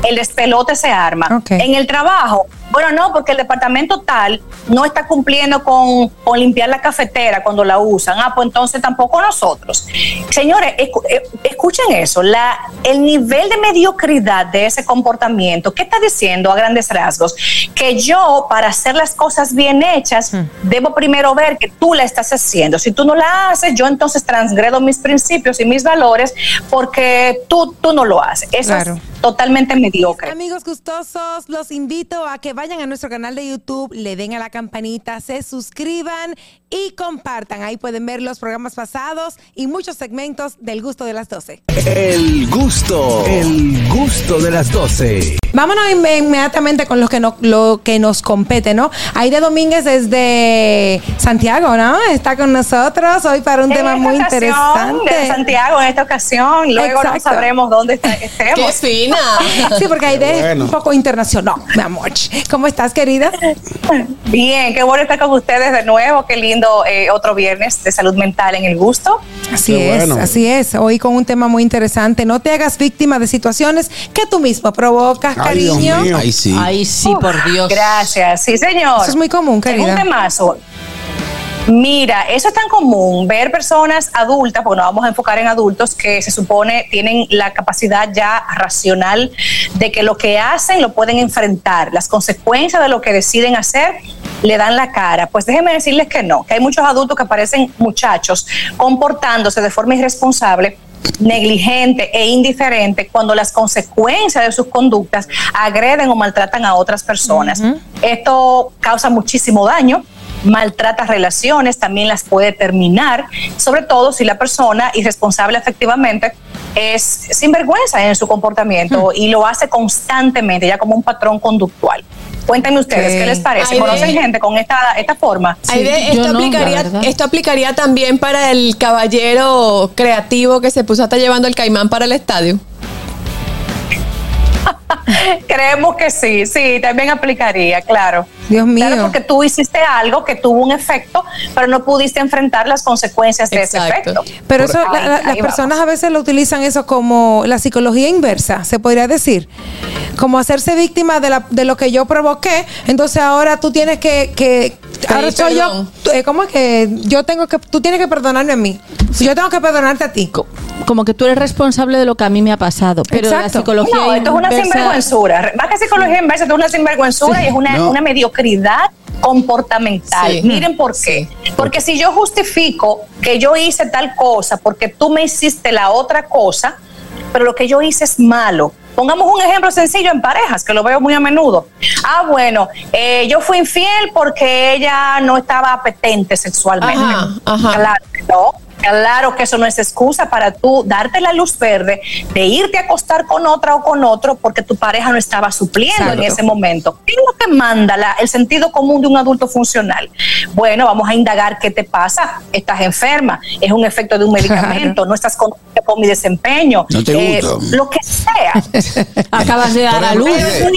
el despelote se arma. Okay. En el trabajo, bueno, no, porque el departamento tal no está cumpliendo con limpiar la cafetera cuando la usan. Pues entonces tampoco nosotros. Señores, escuchen eso, el nivel de mediocridad de ese comportamiento. ¿Qué está diciendo a grandes rasgos? Que yo, para hacer las cosas bien hechas, debo primero ver que tú la estás haciendo. Si tú no la haces, yo entonces transgredo mis principios y mis valores porque tú no lo haces. Eso claro. Es totalmente mediocre. Amigos gustosos, los invito a que vayan a nuestro canal de YouTube, le den a la campanita, se suscriban y compartan. Ahí pueden ver los programas pasados y muchos segmentos del Gusto de las 12. El gusto de las 12. Vámonos inmediatamente con lo que nos compete, ¿no? Aide Domínguez desde Santiago, ¿no? Está con nosotros hoy para un tema muy interesante. De Santiago en esta ocasión. Luego Exacto. no sabremos dónde estemos. ¡Qué fina! Sí, porque Aide es un poco internacional, mi amor. ¿Cómo estás, querida? Bien, qué bueno estar con ustedes de nuevo. Qué lindo otro viernes de salud mental en El Gusto. Así es. Hoy con un tema muy interesante. No te hagas víctima de situaciones que tú mismo provocas, cariño. Ay, sí. Ay, sí, por Dios. Gracias. Sí, señor. Eso es muy común, querida. Es un temazo. Mira, eso es tan común, ver personas adultas, porque nos vamos a enfocar en adultos que se supone tienen la capacidad ya racional de que lo que hacen lo pueden enfrentar, las consecuencias de lo que deciden hacer le dan la cara. Pues déjenme decirles que no, que hay muchos adultos que parecen muchachos comportándose de forma irresponsable, negligente e indiferente cuando las consecuencias de sus conductas agreden o maltratan a otras personas. Esto causa muchísimo daño, maltrata relaciones, también las puede terminar, sobre todo si la persona irresponsable efectivamente es sinvergüenza en su comportamiento y lo hace constantemente, ya como un patrón conductual. Cuéntenme ustedes, ¿qué les parece? ¿Conocen gente con esta forma? Aide, Sí, esto aplicaría también para el caballero creativo que se puso hasta llevando el caimán para el estadio. Creemos que sí, también aplicaría, claro. Dios mío. Claro, porque tú hiciste algo que tuvo un efecto, pero no pudiste enfrentar las consecuencias de ese efecto. Pero eso, Ahí las personas vamos. a veces lo utilizan eso como la psicología inversa, se podría decir. Como hacerse víctima de lo que yo provoqué, entonces ahora tú tienes que ahora soy yo, ¿cómo es que tú tienes que perdonarme a mí? Yo tengo que perdonarte a ti. Como que tú eres responsable de lo que a mí me ha pasado. Pero Exacto. la psicología No, esto es una sinvergüenzura. Más que psicología inversa, esto es una sinvergüenzura y es una mediocridad comportamental. Sí. Miren por qué. Porque si yo justifico que yo hice tal cosa porque tú me hiciste la otra cosa, pero lo que yo hice es malo. Pongamos un ejemplo sencillo en parejas, que lo veo muy a menudo. Bueno, yo fui infiel porque ella no estaba apetente sexualmente. Ajá. Claro, no. Claro que eso no es excusa para tú darte la luz verde de irte a acostar con otra o con otro porque tu pareja no estaba supliendo en ese momento. ¿Qué es lo que manda el sentido común de un adulto funcional? Bueno, vamos a indagar qué te pasa. Estás enferma, es un efecto de un medicamento, no estás con mi desempeño, no te gusta. lo que sea. acabas de dar a luz. Pero es muy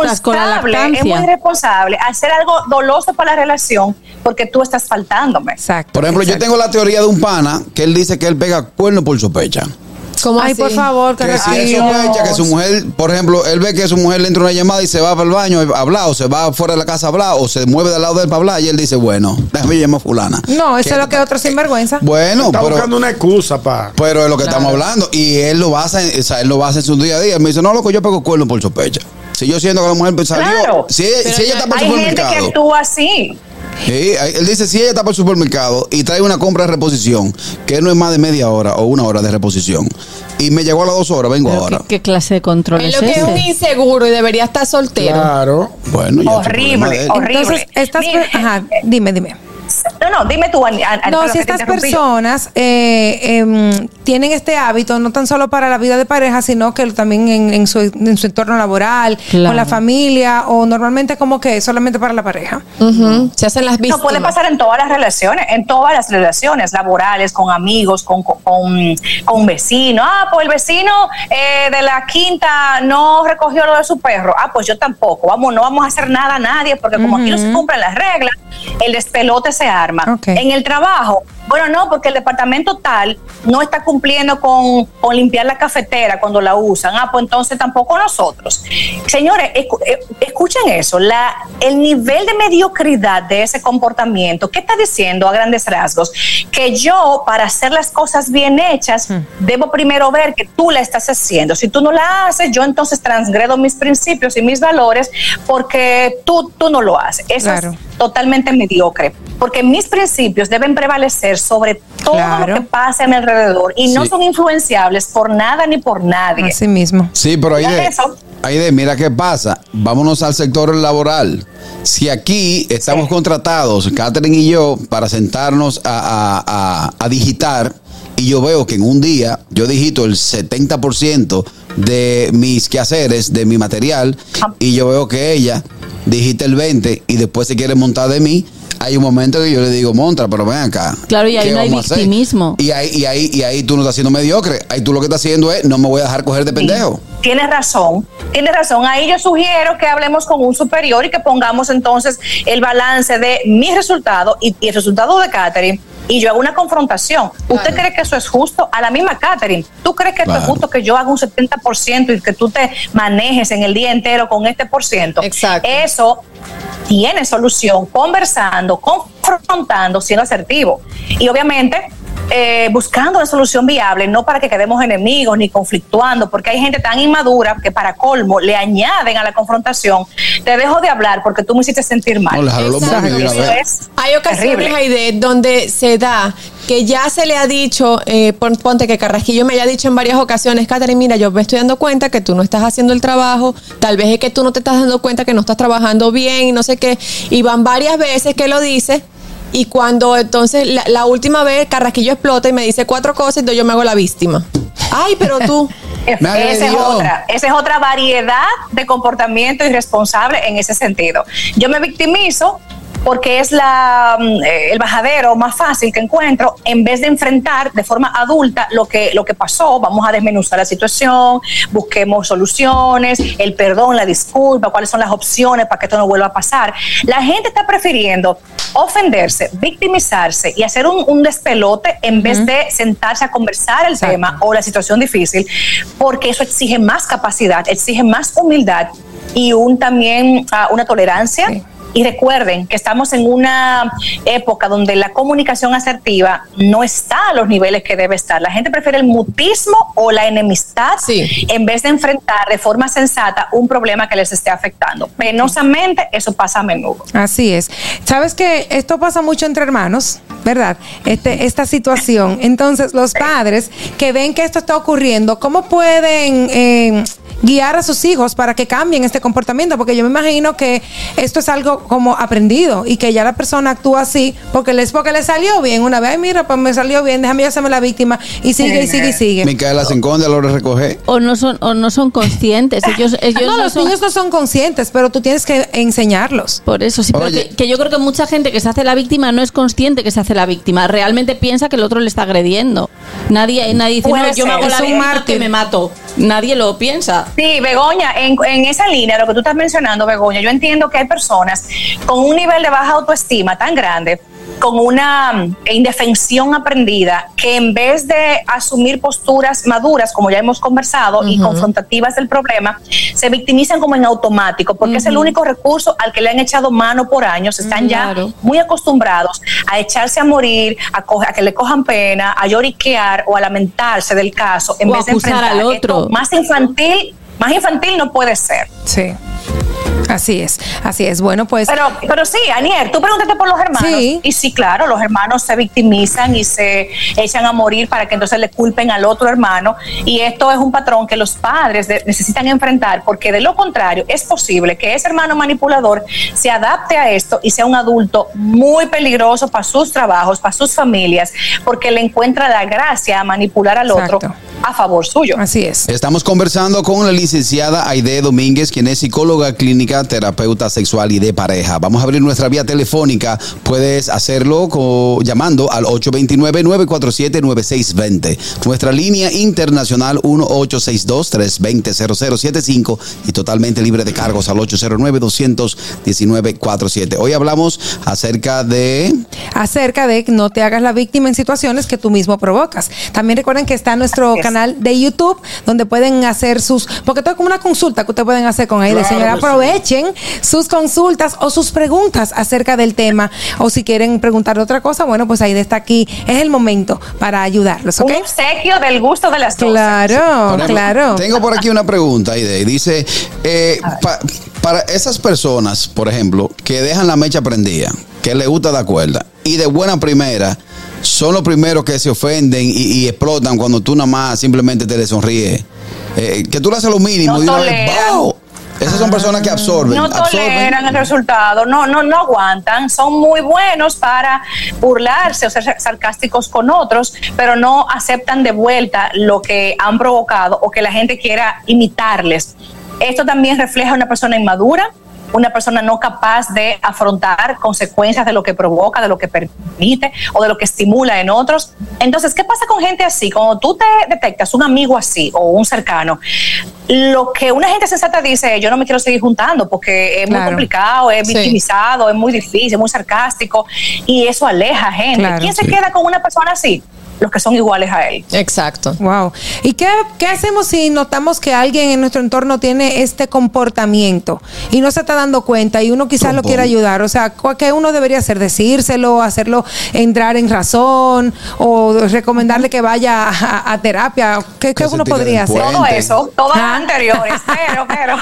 irresponsable hacer algo doloso para la relación porque tú estás faltándome. Exacto. Por ejemplo, yo tengo la teoría de un pana que él dice que él pega cuerno por sospecha. ¿Cómo Ay, así? por favor, Que si él sospecha que su mujer, por ejemplo, él ve que su mujer le entra una llamada y se va para el baño a hablar, o se va fuera de la casa a hablar, o se mueve del lado de él para hablar, y él dice, bueno, déjame llamar a fulana. No, eso es lo que es otro sinvergüenza. Bueno, Está buscando una excusa pero es lo que estamos hablando. Y él lo basa en su día a día. Él me dice, no, loco, yo pego cuerno por sospecha. Si yo siento que la mujer salió, Claro. si ella está por el Hay gente que supermercado. actúa así. Sí, él dice, si ella está por el supermercado y trae una compra de reposición, que no es más de media hora o una hora de reposición, y me llegó a las 2 horas, vengo Pero ahora. ¿Qué clase de control Es es lo que es un ese? inseguro y debería estar soltero. Claro. Bueno, ya Horrible. Entonces, ajá, dime. No, dime tú, No, si estas personas tienen este hábito, no tan solo para la vida de pareja, sino que también en su entorno laboral, Claro. con la familia, o normalmente como que solamente para la pareja. Se hacen las víctimas. No, puede pasar en todas las relaciones laborales, con amigos, con vecinos. Pues el vecino de la quinta no recogió lo de su perro. Pues yo tampoco. No vamos a hacer nada a nadie, porque como aquí no se cumplen las reglas, el despelote se arma. Okay. En el trabajo, Bueno, no, porque el departamento tal no está cumpliendo con limpiar la cafetera cuando la usan. Pues entonces tampoco nosotros. Señores, escuchen eso, el nivel de mediocridad de ese comportamiento. ¿Qué está diciendo a grandes rasgos? Que yo, para hacer las cosas bien hechas, debo primero ver que tú la estás haciendo. Si tú no la haces, yo entonces transgredo mis principios y mis valores porque tú no lo haces. Eso es totalmente mediocre, porque mis principios deben prevalecer sobre todo lo que pasa a mi alrededor y no son influenciables por nada ni por nadie. Así mismo. Sí, pero Aide, mira qué pasa. Vámonos al sector laboral. Si aquí estamos contratados, Catherine y yo, para sentarnos a digitar, y yo veo que en un día yo digito el 70% de mis quehaceres, de mi material, y yo veo que ella digita el 20% y después se quiere montar de mí, hay un momento que yo le digo, monta, pero ven acá. Claro, y ahí no hay victimismo. Y ahí tú no estás siendo mediocre. Ahí tú lo que estás haciendo es, no me voy a dejar coger de pendejo. Tienes razón. Ahí yo sugiero que hablemos con un superior y que pongamos entonces el balance de mi resultado y el resultado de Catherine. Y yo hago una confrontación. ¿Usted cree que eso es justo? A la misma Catherine, ¿tú crees que esto es justo que yo haga un 70% y que tú te manejes en el día entero con este %? Exacto. Eso tiene solución conversando, confrontando, siendo asertivo. Y obviamente buscando una solución viable, no para que quedemos enemigos ni conflictuando, porque hay gente tan inmadura que para colmo le añaden a la confrontación, te dejo de hablar porque tú me hiciste sentir mal. Hay ocasiones, Aide, donde se da que ya se le ha dicho, ponte que Carrasquillo me haya dicho en varias ocasiones, Catherine, mira, yo me estoy dando cuenta que tú no estás haciendo el trabajo, tal vez es que tú no te estás dando cuenta que no estás trabajando bien y no sé qué, y van varias veces que lo dice. Y cuando entonces la última vez Carrasquillo explota y me dice 4 cosas, entonces yo me hago la víctima. Ay, pero tú. Esa es otra variedad de comportamiento irresponsable en ese sentido. Yo me victimizo porque es el bajadero más fácil que encuentro, en vez de enfrentar de forma adulta lo que pasó. Vamos a desmenuzar la situación, busquemos soluciones, el perdón, la disculpa, cuáles son las opciones para que esto no vuelva a pasar. La gente está prefiriendo ofenderse, victimizarse y hacer un despelote en vez de sentarse a conversar el tema o la situación difícil, porque eso exige más capacidad, exige más humildad y también una tolerancia. Sí. Y recuerden que estamos en una época donde la comunicación asertiva no está a los niveles que debe estar. La gente prefiere el mutismo o la enemistad en vez de enfrentar de forma sensata un problema que les esté afectando. Penosamente, eso pasa a menudo. Así es. ¿Sabes que esto pasa mucho entre hermanos? ¿Verdad? Esta situación. Entonces, los padres que ven que esto está ocurriendo, ¿cómo pueden guiar a sus hijos para que cambien este comportamiento? Porque yo me imagino que esto es algo como aprendido y que ya la persona actúa así porque le salió bien una vez. Ay, mira, pues me salió bien, déjame yo hacerme la víctima y sigue. Micaela se enconde a la hora de recoger. O no son conscientes. Ellos no, los niños no son conscientes, pero tú tienes que enseñarlos. Por eso, sí. Pero que yo creo que mucha gente que se hace la víctima no es consciente que se hace la víctima. Realmente piensa que el otro le está agrediendo. Nadie dice, no, yo me hago la víctima que me mato. Nadie lo piensa. Sí, Begoña, en esa línea, lo que tú estás mencionando, Begoña, yo entiendo que hay personas con un nivel de baja autoestima tan grande, con una indefensión aprendida, que en vez de asumir posturas maduras, como ya hemos conversado, y confrontativas del problema, se victimizan como en automático, porque es el único recurso al que le han echado mano por años. Están ya muy acostumbrados a echarse a morir, a que le cojan pena, a lloriquear o a lamentarse del caso, en vez de enfrentar al otro. Más infantil no puede ser. Sí. Así es. Bueno, pues. Pero sí, Anier, tú pregúntate por los hermanos. Sí. Y sí, claro, los hermanos se victimizan y se echan a morir para que entonces le culpen al otro hermano. Y esto es un patrón que los padres necesitan enfrentar, porque de lo contrario es posible que ese hermano manipulador se adapte a esto y sea un adulto muy peligroso para sus trabajos, para sus familias, porque le encuentra la gracia a manipular al otro a favor suyo. Así es. Estamos conversando con la licenciada Aide Domínguez, quien es psicóloga clínica psicóloga, terapeuta sexual y de pareja. Vamos a abrir nuestra vía telefónica. Puedes hacerlo llamando al 829-947-9620. Nuestra línea internacional 1-862-320-0075 y totalmente libre de cargos al 809-219-47. Hoy hablamos acerca de no te hagas la víctima en situaciones que tú mismo provocas. También recuerden que está nuestro canal de YouTube donde pueden hacer porque esto es como una consulta que ustedes pueden hacer con Aide. Claro, señora, aprovechen sus consultas o sus preguntas acerca del tema, o si quieren preguntar otra cosa, bueno, pues Aide está aquí, es el momento para ayudarlos, ¿ok? Un obsequio del gusto de las cosas. Claro, claro. Tengo por aquí una pregunta, Aide, dice, para esas personas, por ejemplo, que dejan la mecha prendida, que les gusta dar cuerda, y de buena primera son los primeros que se ofenden y explotan cuando tú nada más simplemente te le sonríes. Que tú le haces lo mínimo y una vez, ¡wow! Esas son personas que absorben. No toleran el resultado, no aguantan. Son muy buenos para burlarse o ser sarcásticos con otros, pero no aceptan de vuelta lo que han provocado o que la gente quiera imitarles. Esto también refleja una persona inmadura, una persona no capaz de afrontar consecuencias de lo que provoca, de lo que permite o de lo que estimula en otros. Entonces, ¿qué pasa con gente así? Cuando tú te detectas un amigo así o un cercano, lo que una gente sensata dice, yo no me quiero seguir juntando porque es muy complicado, es victimizado, es muy difícil, es muy sarcástico, y eso aleja a gente. ¿Quién se queda con una persona así? Los que son iguales a él. Exacto. Wow. ¿Y qué hacemos si notamos que alguien en nuestro entorno tiene este comportamiento y no se está dando cuenta y uno quizás lo quiere ayudar? O sea, ¿qué uno debería hacer? ¿Decírselo, hacerlo entrar en razón o recomendarle que vaya a terapia? ¿Qué uno podría hacer? Todo eso, todas las anteriores, pero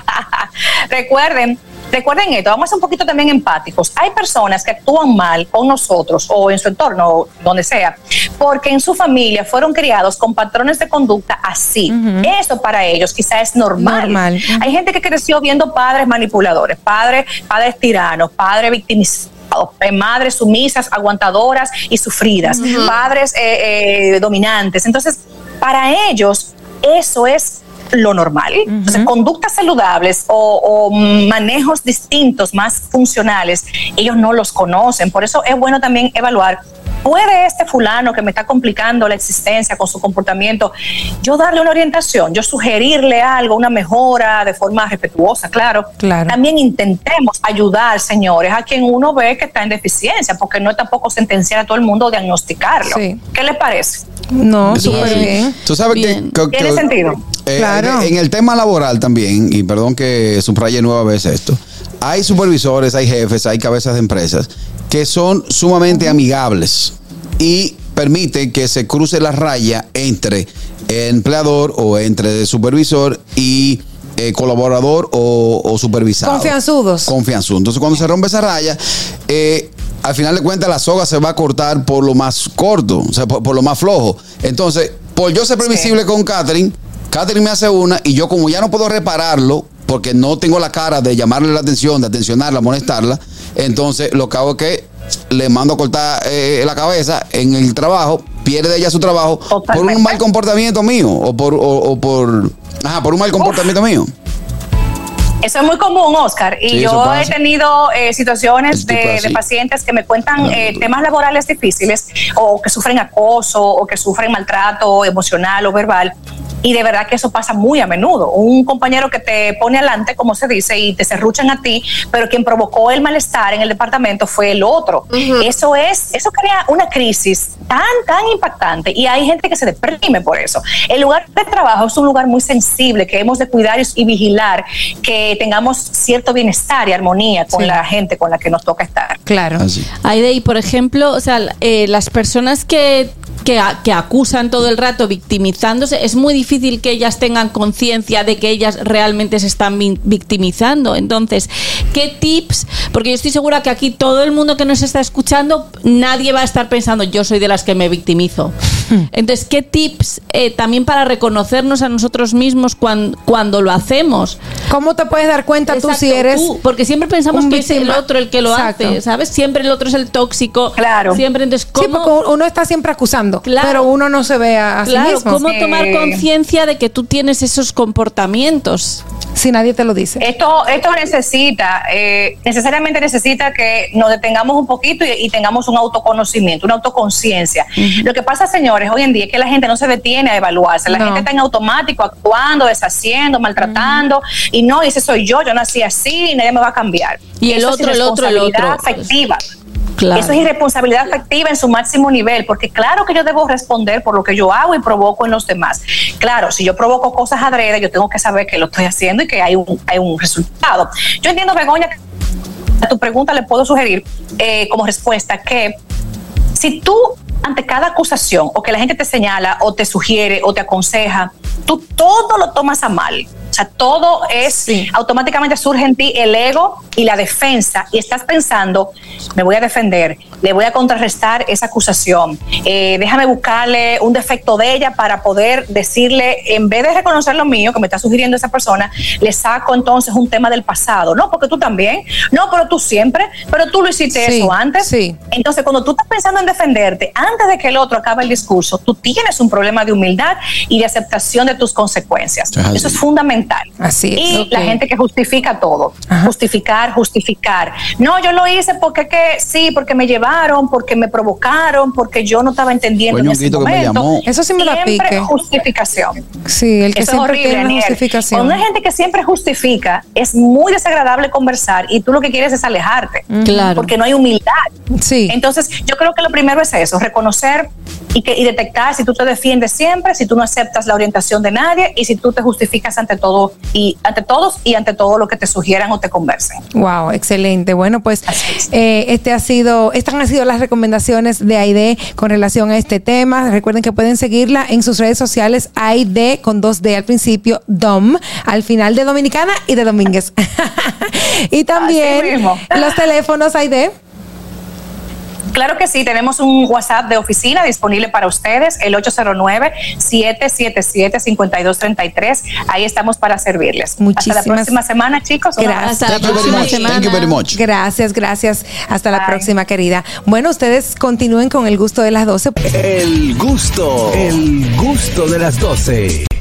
Recuerden esto, vamos a ser un poquito también empáticos. Hay personas que actúan mal con nosotros o en su entorno, donde sea, porque en su familia fueron criados con patrones de conducta así. Eso para ellos quizás es normal. Hay gente que creció viendo padres manipuladores, padres tiranos, padres victimizados, madres sumisas, aguantadoras y sufridas, padres dominantes. Entonces, para ellos, eso es lo normal. Entonces, conductas saludables o manejos distintos, más funcionales, ellos no los conocen. Por eso es bueno también evaluar, ¿puede este fulano que me está complicando la existencia con su comportamiento, yo darle una orientación, yo sugerirle algo, una mejora de forma respetuosa? Claro. También intentemos ayudar, señores, a quien uno ve que está en deficiencia, porque no es tampoco sentenciar a todo el mundo o diagnosticarlo. ¿Qué les parece? No, súper bien. Tú sabes que ¿tiene sentido? Claro. En el tema laboral también, y perdón que subraye nueva vez esto, hay supervisores, hay jefes, hay cabezas de empresas que son sumamente amigables y permiten que se cruce la raya entre empleador o entre supervisor y colaborador o supervisado. Confianzudos. Entonces, cuando se rompe esa raya, al final de cuentas la soga se va a cortar por lo más corto, o sea, por lo más flojo. Entonces, por yo ser previsible con Catherine me hace una, y yo, como ya no puedo repararlo porque no tengo la cara de llamarle la atención, de atencionarla, molestarla, entonces lo que hago es que le mando a cortar la cabeza en el trabajo, pierde ella su trabajo. Totalmente. Por un mal comportamiento mío o por un mal comportamiento mío. Eso es muy común, Oscar, y yo he tenido situaciones de pacientes que me cuentan temas laborales difíciles, o que sufren acoso, o que sufren maltrato emocional o verbal. Y de verdad que eso pasa muy a menudo. Un compañero que te pone adelante, como se dice, y te serruchan a ti, pero quien provocó el malestar en el departamento fue el otro. Eso crea una crisis tan impactante, y hay gente que se deprime por eso. El lugar de trabajo es un lugar muy sensible, que hemos de cuidar y vigilar que tengamos cierto bienestar y armonía con la gente con la que nos toca estar. Claro. Aide, y por ejemplo, o sea, las personas que acusan todo el rato victimizándose, es muy difícil que ellas tengan conciencia de que ellas realmente se están victimizando. Entonces, ¿qué tips? Porque yo estoy segura que aquí todo el mundo que nos está escuchando, nadie va a estar pensando, yo soy de las que me victimizo. Entonces, ¿qué tips también para reconocernos a nosotros mismos cuando lo hacemos? ¿Cómo te puedes dar cuenta tú si eres porque siempre pensamos que es el otro el que lo hace, ¿sabes? Siempre el otro es el tóxico. Claro. Siempre, entonces, ¿cómo? Sí, porque uno está siempre acusando, pero uno no se ve a sí mismo. ¿Cómo tomar conciencia de que tú tienes esos comportamientos? si nadie te lo dice? Esto necesariamente necesita que nos detengamos un poquito y tengamos un autoconocimiento, una autoconciencia. Lo que pasa, señores, hoy en día es que la gente no se detiene a evaluarse. La gente está en automático, actuando, deshaciendo, maltratando, y ese soy yo nací así y nadie me va a cambiar. Y el otro. Afectiva. Claro. Eso es irresponsabilidad afectiva en su máximo nivel, porque claro que yo debo responder por lo que yo hago y provoco en los demás. Claro, si yo provoco cosas adrede, yo tengo que saber que lo estoy haciendo y que hay un resultado. Yo entiendo, Begoña, que a tu pregunta le puedo sugerir como respuesta que si tú ante cada acusación o que la gente te señala o te sugiere o te aconseja, tú todo lo tomas a mal. O sea, todo es, automáticamente surge en ti el ego y la defensa, y estás pensando, me voy a defender, le voy a contrarrestar esa acusación, déjame buscarle un defecto de ella para poder decirle, en vez de reconocer lo mío que me está sugiriendo esa persona, le saco entonces un tema del pasado. No, porque tú también, no, pero tú siempre, pero tú lo hiciste eso antes. Entonces, cuando tú estás pensando en defenderte, antes de que el otro acabe el discurso, tú tienes un problema de humildad y de aceptación de tus consecuencias. Eso es fundamental. Así es. Y la gente que justifica todo. Justificar. No, yo lo hice porque porque me llevaron, porque me provocaron, porque yo no estaba entendiendo en ese momento. Eso sí me la pique. Siempre justificación. Sí, el que eso siempre es horrible, tiene una justificación. Cuando hay gente que siempre justifica, es muy desagradable conversar y tú lo que quieres es alejarte. Claro. Porque no hay humildad. Sí. Entonces, yo creo que lo primero es eso, reconocer y detectar si tú te defiendes siempre, si tú no aceptas la orientación de nadie y si tú te justificas ante todo y ante todos y ante todo lo que te sugieran o te conversen. Wow, excelente. Bueno, pues estas han sido las recomendaciones de Aide con relación a este tema. Recuerden que pueden seguirla en sus redes sociales, Aide con 2D al principio, Dom al final, de Dominicana y de Domínguez. Y también los teléfonos, Aide. Claro que sí, tenemos un WhatsApp de oficina disponible para ustedes, el 809-777-5233. Ahí estamos para servirles. Muchísimas. Hasta la próxima semana, chicos. Gracias. Hasta la próxima semana. Thank you very much. Gracias. Hasta la próxima, querida. Bueno, ustedes continúen con el gusto de las 12. El gusto de las 12.